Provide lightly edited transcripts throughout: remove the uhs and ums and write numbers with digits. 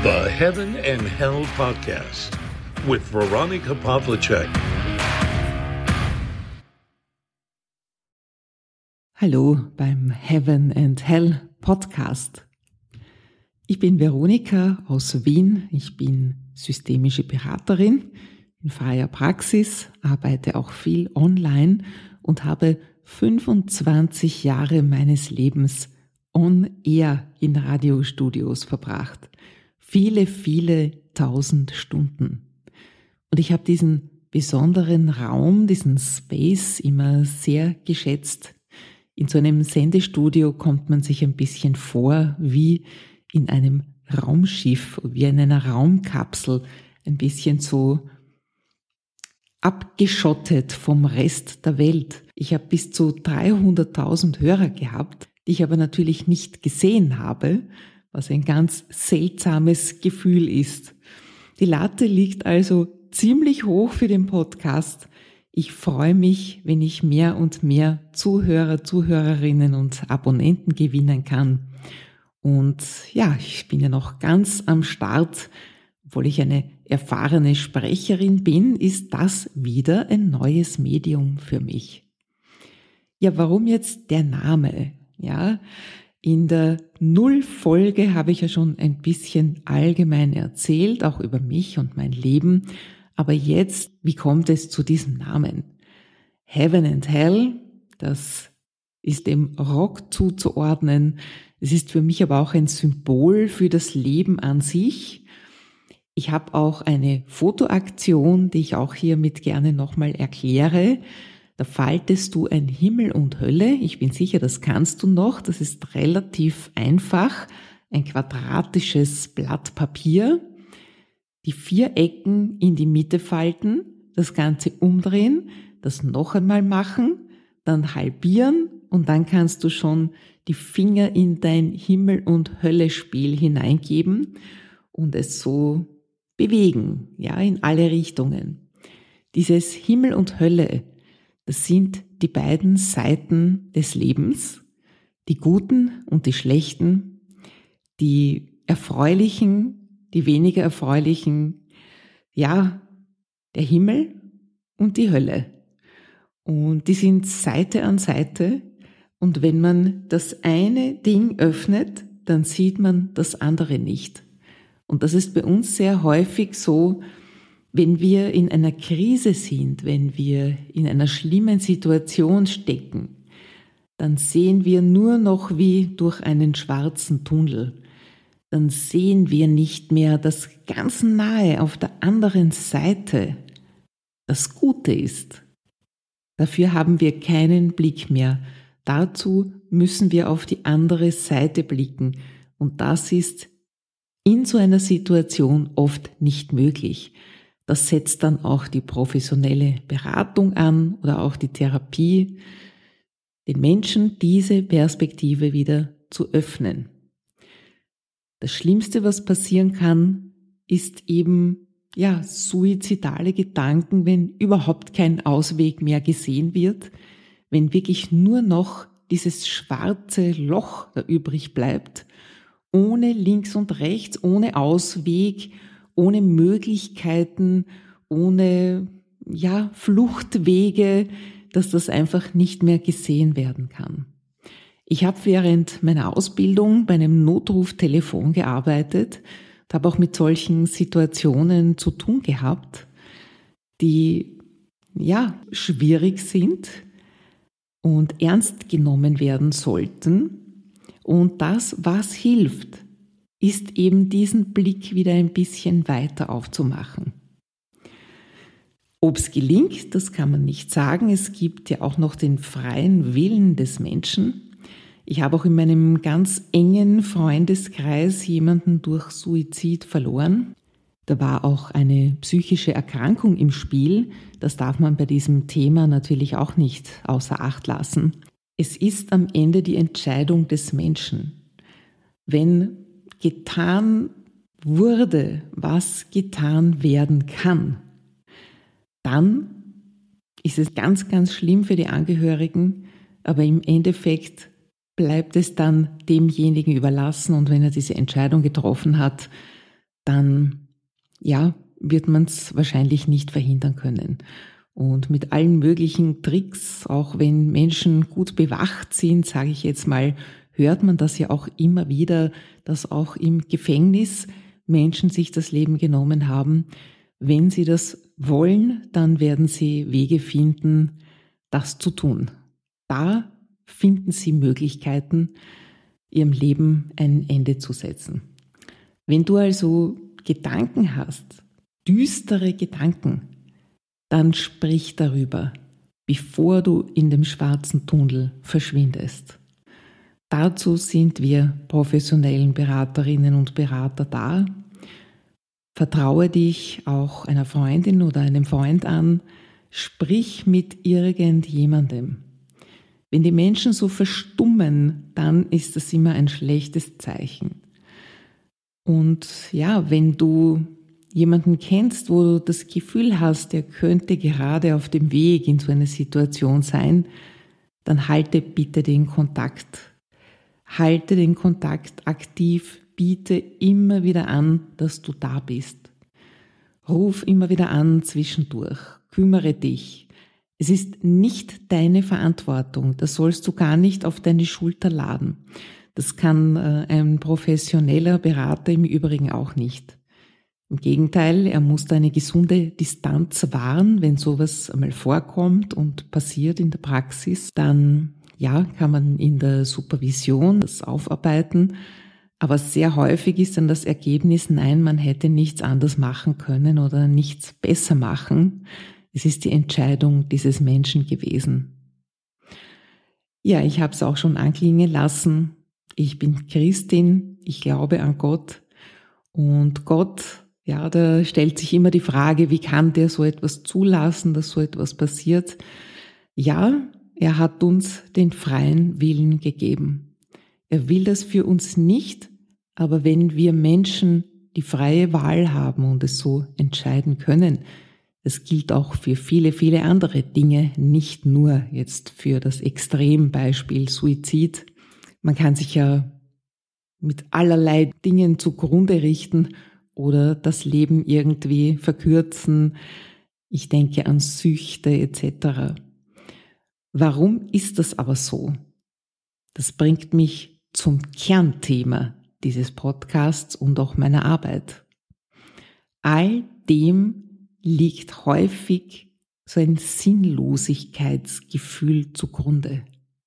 The Heaven and Hell Podcast with Veronica Pavlicek. Hallo beim Heaven and Hell Podcast. Ich bin Veronika aus Wien. Ich bin systemische Beraterin in freier Praxis, arbeite auch viel online und habe 25 Jahre meines Lebens on-air in Radiostudios verbracht. Viele, viele tausend Stunden. Und ich habe diesen besonderen Raum, diesen Space immer sehr geschätzt. In so einem Sendestudio kommt man sich ein bisschen vor wie in einem Raumschiff, wie in einer Raumkapsel, ein bisschen so abgeschottet vom Rest der Welt. Ich habe bis zu 300.000 Hörer gehabt, die ich aber natürlich nicht gesehen habe, was ein ganz seltsames Gefühl ist. Die Latte liegt also ziemlich hoch für den Podcast. Ich freue mich, wenn ich mehr und mehr Zuhörer, Zuhörerinnen und Abonnenten gewinnen kann. Und ja, ich bin ja noch ganz am Start. Obwohl ich eine erfahrene Sprecherin bin, ist das wieder ein neues Medium für mich. Ja, warum jetzt der Name? Ja, in der Null-Folge habe ich ja schon ein bisschen allgemein erzählt, auch über mich und mein Leben. Aber jetzt, wie kommt es zu diesem Namen? Heaven and Hell, das ist dem Rock zuzuordnen. Es ist für mich aber auch ein Symbol für das Leben an sich. Ich habe auch eine Fotoaktion, die ich auch hiermit gerne nochmal erkläre. Da faltest du ein Himmel und Hölle. Ich bin sicher, das kannst du noch. Das ist relativ einfach. Ein quadratisches Blatt Papier. Die 4 Ecken in die Mitte falten, das Ganze umdrehen, das noch einmal machen, dann halbieren und dann kannst du schon die Finger in dein Himmel- und Hölle-Spiel hineingeben und es so bewegen, ja, in alle Richtungen. Dieses Himmel und Hölle, das sind die beiden Seiten des Lebens, die guten und die schlechten, die erfreulichen, die weniger erfreulichen, ja, der Himmel und die Hölle. Und die sind Seite an Seite und wenn man das eine Ding öffnet, dann sieht man das andere nicht. Und das ist bei uns sehr häufig so, wenn wir in einer Krise sind, wenn wir in einer schlimmen Situation stecken, dann sehen wir nur noch wie durch einen schwarzen Tunnel. Dann sehen wir nicht mehr, dass ganz nahe auf der anderen Seite das Gute ist. Dafür haben wir keinen Blick mehr. Dazu müssen wir auf die andere Seite blicken. Und das ist in so einer Situation oft nicht möglich. Das setzt dann auch die professionelle Beratung an oder auch die Therapie, den Menschen diese Perspektive wieder zu öffnen. Das Schlimmste, was passieren kann, ist eben, ja, suizidale Gedanken, wenn überhaupt kein Ausweg mehr gesehen wird, wenn wirklich nur noch dieses schwarze Loch da übrig bleibt, ohne links und rechts, ohne Ausweg, ohne Möglichkeiten, ohne, ja, Fluchtwege, dass das einfach nicht mehr gesehen werden kann. Ich habe während meiner Ausbildung bei einem Notruftelefon gearbeitet, habe auch mit solchen Situationen zu tun gehabt, die, ja, schwierig sind und ernst genommen werden sollten. Und das, was hilft, ist eben diesen Blick wieder ein bisschen weiter aufzumachen. Ob es gelingt, das kann man nicht sagen. Es gibt ja auch noch den freien Willen des Menschen. Ich habe auch in meinem ganz engen Freundeskreis jemanden durch Suizid verloren. Da war auch eine psychische Erkrankung im Spiel. Das darf man bei diesem Thema natürlich auch nicht außer Acht lassen. Es ist am Ende die Entscheidung des Menschen. Wenn getan wurde, was getan werden kann, dann ist es ganz, ganz schlimm für die Angehörigen, aber im Endeffekt bleibt es dann demjenigen überlassen und wenn er diese Entscheidung getroffen hat, dann wird man es wahrscheinlich nicht verhindern können. Und mit allen möglichen Tricks, auch wenn Menschen gut bewacht sind, sage ich jetzt mal, hört man das ja auch immer wieder, dass auch im Gefängnis Menschen sich das Leben genommen haben. Wenn sie das wollen, dann werden sie Wege finden, das zu tun. Da finden sie Möglichkeiten, ihrem Leben ein Ende zu setzen. Wenn du also Gedanken hast, düstere Gedanken, dann sprich darüber, bevor du in dem schwarzen Tunnel verschwindest. Dazu sind wir professionellen Beraterinnen und Berater da. Vertraue dich auch einer Freundin oder einem Freund an, sprich mit irgendjemandem. Wenn die Menschen so verstummen, dann ist das immer ein schlechtes Zeichen. Und wenn du jemanden kennst, wo du das Gefühl hast, der könnte gerade auf dem Weg in so eine Situation sein, dann halte bitte den Kontakt. Halte den Kontakt aktiv, biete immer wieder an, dass du da bist. Ruf immer wieder an zwischendurch, kümmere dich. Es ist nicht deine Verantwortung, das sollst du gar nicht auf deine Schulter laden. Das kann ein professioneller Berater im Übrigen auch nicht. Im Gegenteil, er muss da eine gesunde Distanz wahren, wenn sowas einmal vorkommt und passiert in der Praxis, dann kann man in der Supervision das aufarbeiten. Aber sehr häufig ist dann das Ergebnis, nein, man hätte nichts anders machen können oder nichts besser machen. Es ist die Entscheidung dieses Menschen gewesen. Ja, ich habe es auch schon anklingen lassen. Ich bin Christin, ich glaube an Gott. Und Gott, da stellt sich immer die Frage, wie kann der so etwas zulassen, dass so etwas passiert? Ja, er hat uns den freien Willen gegeben. Er will das für uns nicht, aber wenn wir Menschen die freie Wahl haben und es so entscheiden können, das gilt auch für viele, viele andere Dinge, nicht nur jetzt für das Extrembeispiel Suizid. Man kann sich ja mit allerlei Dingen zugrunde richten oder das Leben irgendwie verkürzen. Ich denke an Süchte etc. Warum ist das aber so? Das bringt mich zum Kernthema dieses Podcasts und auch meiner Arbeit. All dem liegt häufig so ein Sinnlosigkeitsgefühl zugrunde.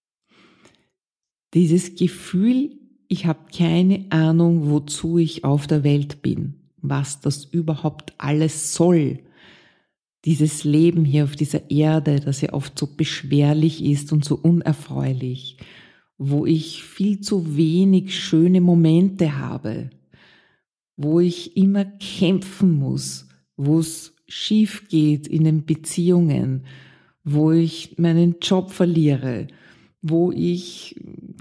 Dieses Gefühl, ich habe keine Ahnung, wozu ich auf der Welt bin, was das überhaupt alles soll. Dieses Leben hier auf dieser Erde, das ja oft so beschwerlich ist und so unerfreulich, wo ich viel zu wenig schöne Momente habe, wo ich immer kämpfen muss, wo es schief geht in den Beziehungen, wo ich meinen Job verliere, wo ich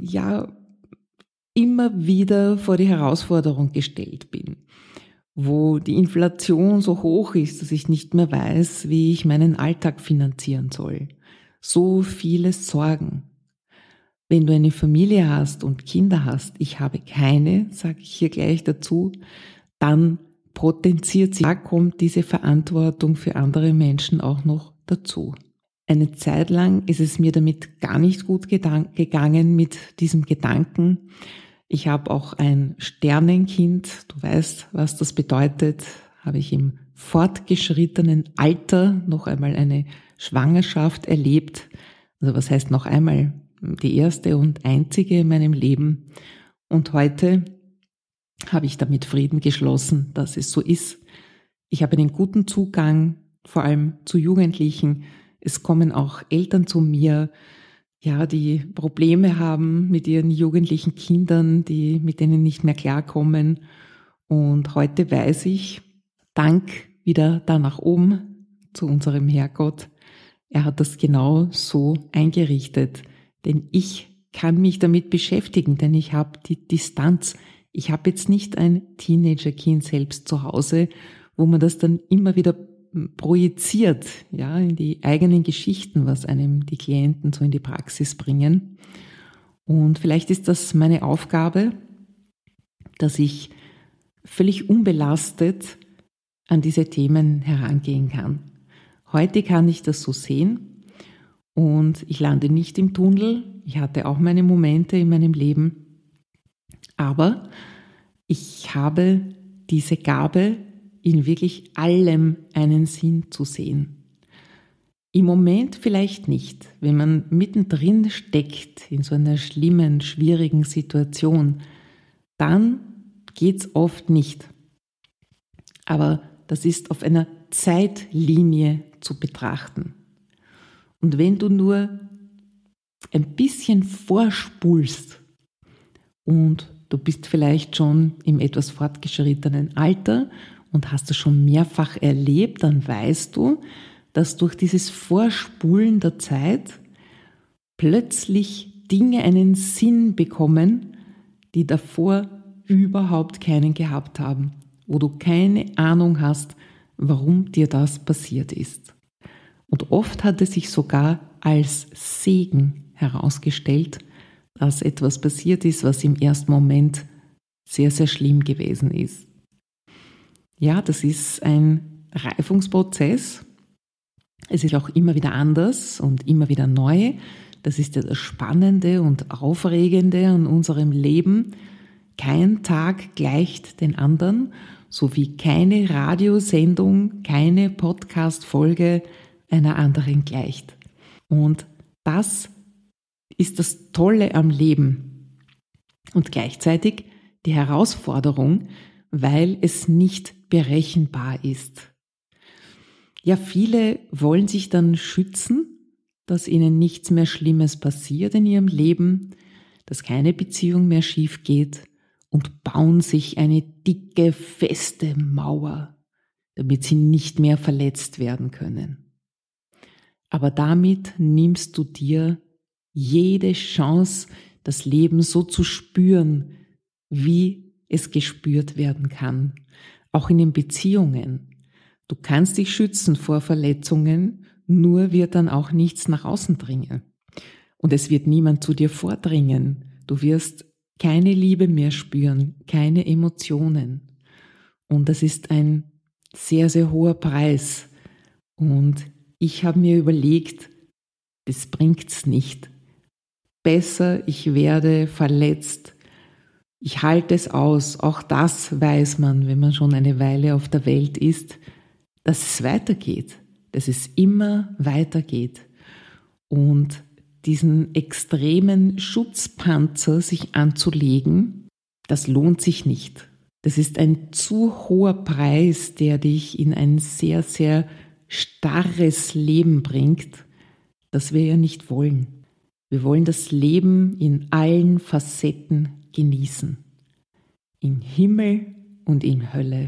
immer wieder vor die Herausforderung gestellt bin, wo die Inflation so hoch ist, dass ich nicht mehr weiß, wie ich meinen Alltag finanzieren soll. So viele Sorgen. Wenn du eine Familie hast und Kinder hast, ich habe keine, sage ich hier gleich dazu, dann potenziert sich, da kommt diese Verantwortung für andere Menschen auch noch dazu. Eine Zeit lang ist es mir damit gar nicht gut gegangen mit diesem Gedanken. Ich habe auch ein Sternenkind, du weißt, was das bedeutet, habe ich im fortgeschrittenen Alter noch einmal eine Schwangerschaft erlebt. Also was heißt noch einmal? Die erste und einzige in meinem Leben. Und heute habe ich damit Frieden geschlossen, dass es so ist. Ich habe einen guten Zugang, vor allem zu Jugendlichen. Es kommen auch Eltern zu mir, die Probleme haben mit ihren jugendlichen Kindern, die mit denen nicht mehr klarkommen. Und heute weiß ich, Dank wieder da nach oben zu unserem Herrgott, er hat das genau so eingerichtet. Denn ich kann mich damit beschäftigen, denn ich habe die Distanz. Ich habe jetzt nicht ein Teenagerkind selbst zu Hause, wo man das dann immer wieder projiziert, in die eigenen Geschichten, was einem die Klienten so in die Praxis bringen. Und vielleicht ist das meine Aufgabe, dass ich völlig unbelastet an diese Themen herangehen kann. Heute kann ich das so sehen und ich lande nicht im Tunnel. Ich hatte auch meine Momente in meinem Leben, aber ich habe diese Gabe, in wirklich allem einen Sinn zu sehen. Im Moment vielleicht nicht, wenn man mittendrin steckt in so einer schlimmen, schwierigen Situation, dann geht's oft nicht. Aber das ist auf einer Zeitlinie zu betrachten. Und wenn du nur ein bisschen vorspulst und du bist vielleicht schon im etwas fortgeschrittenen Alter und hast das schon mehrfach erlebt, dann weißt du, dass durch dieses Vorspulen der Zeit plötzlich Dinge einen Sinn bekommen, die davor überhaupt keinen gehabt haben, wo du keine Ahnung hast, warum dir das passiert ist. Und oft hat es sich sogar als Segen herausgestellt, dass etwas passiert ist, was im ersten Moment sehr, sehr schlimm gewesen ist. Ja, das ist ein Reifungsprozess. Es ist auch immer wieder anders und immer wieder neu. Das ist ja das Spannende und Aufregende an unserem Leben. Kein Tag gleicht den anderen, so wie keine Radiosendung, keine Podcast-Folge einer anderen gleicht. Und das ist das Tolle am Leben und gleichzeitig die Herausforderung, weil es nicht berechenbar ist. Ja, viele wollen sich dann schützen, dass ihnen nichts mehr Schlimmes passiert in ihrem Leben, dass keine Beziehung mehr schief geht und bauen sich eine dicke, feste Mauer, damit sie nicht mehr verletzt werden können. Aber damit nimmst du dir jede Chance, das Leben so zu spüren, wie es gespürt werden kann. Auch in den Beziehungen. Du kannst dich schützen vor Verletzungen, nur wird dann auch nichts nach außen dringen. Und es wird niemand zu dir vordringen. Du wirst keine Liebe mehr spüren, keine Emotionen. Und das ist ein sehr, sehr hoher Preis. Und ich habe mir überlegt, das bringt's nicht. Besser, ich werde verletzt. Ich halte es aus. Auch das weiß man, wenn man schon eine Weile auf der Welt ist, dass es weitergeht, dass es immer weitergeht. Und diesen extremen Schutzpanzer sich anzulegen, das lohnt sich nicht. Das ist ein zu hoher Preis, der dich in ein sehr, sehr starres Leben bringt, das wir ja nicht wollen. Wir wollen das Leben in allen Facetten genießen. In Himmel und in Hölle.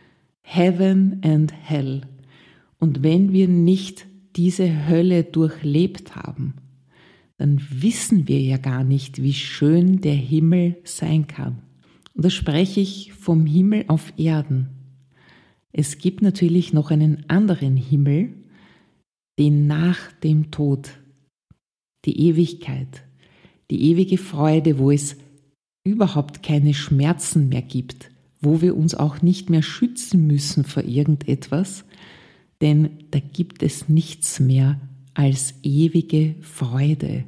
Heaven and Hell. Und wenn wir nicht diese Hölle durchlebt haben, dann wissen wir ja gar nicht, wie schön der Himmel sein kann. Und da spreche ich vom Himmel auf Erden. Es gibt natürlich noch einen anderen Himmel, den nach dem Tod, die Ewigkeit, die ewige Freude, wo es überhaupt keine Schmerzen mehr gibt, wo wir uns auch nicht mehr schützen müssen vor irgendetwas, denn da gibt es nichts mehr als ewige Freude.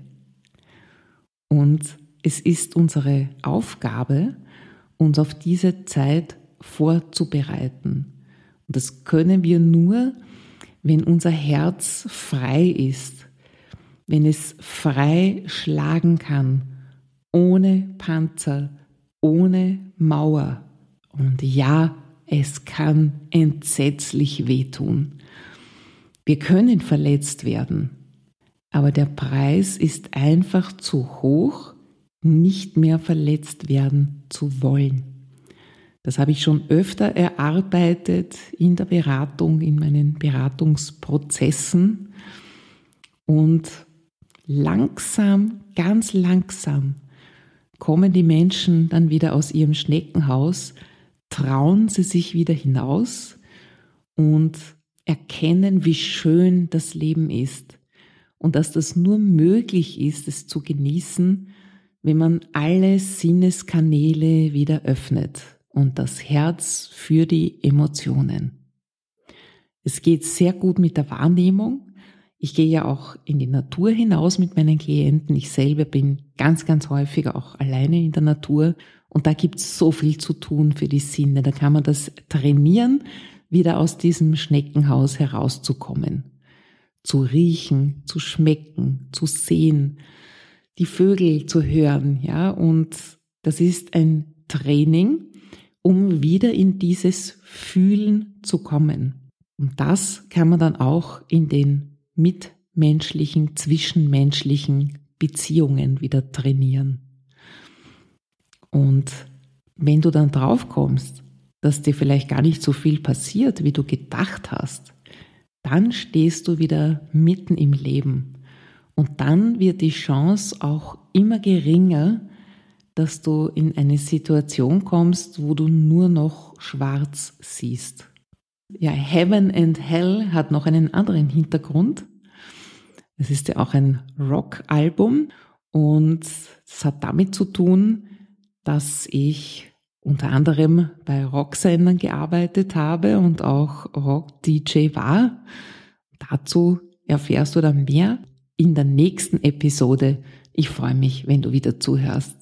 Und es ist unsere Aufgabe, uns auf diese Zeit vorzubereiten. Und das können wir nur, wenn unser Herz frei ist, wenn es frei schlagen kann, ohne Panzer, ohne Mauer. Und ja, es kann entsetzlich wehtun. Wir können verletzt werden, aber der Preis ist einfach zu hoch, nicht mehr verletzt werden zu wollen. Das habe ich schon öfter erarbeitet in der Beratung, in meinen Beratungsprozessen. Und langsam, ganz langsam kommen die Menschen dann wieder aus ihrem Schneckenhaus, trauen sie sich wieder hinaus und erkennen, wie schön das Leben ist und dass das nur möglich ist, es zu genießen, wenn man alle Sinneskanäle wieder öffnet. und das Herz für die Emotionen. Es geht sehr gut mit der Wahrnehmung. Ich gehe ja auch in die Natur hinaus mit meinen Klienten. Ich selber bin ganz, ganz häufig auch alleine in der Natur. Und da gibt es so viel zu tun für die Sinne. Da kann man das trainieren, wieder aus diesem Schneckenhaus herauszukommen. Zu riechen, zu schmecken, zu sehen, die Vögel zu hören, ja. Und das ist ein Training, um wieder in dieses Fühlen zu kommen. Und das kann man dann auch in den mitmenschlichen, zwischenmenschlichen Beziehungen wieder trainieren. Und wenn du dann drauf kommst, dass dir vielleicht gar nicht so viel passiert, wie du gedacht hast, dann stehst du wieder mitten im Leben. Und dann wird die Chance auch immer geringer, dass du in eine Situation kommst, wo du nur noch schwarz siehst. Ja, Heaven and Hell hat noch einen anderen Hintergrund. Es ist ja auch ein Rock-Album und es hat damit zu tun, dass ich unter anderem bei Rocksendern gearbeitet habe und auch Rock-DJ war. Dazu erfährst du dann mehr in der nächsten Episode. Ich freue mich, wenn du wieder zuhörst.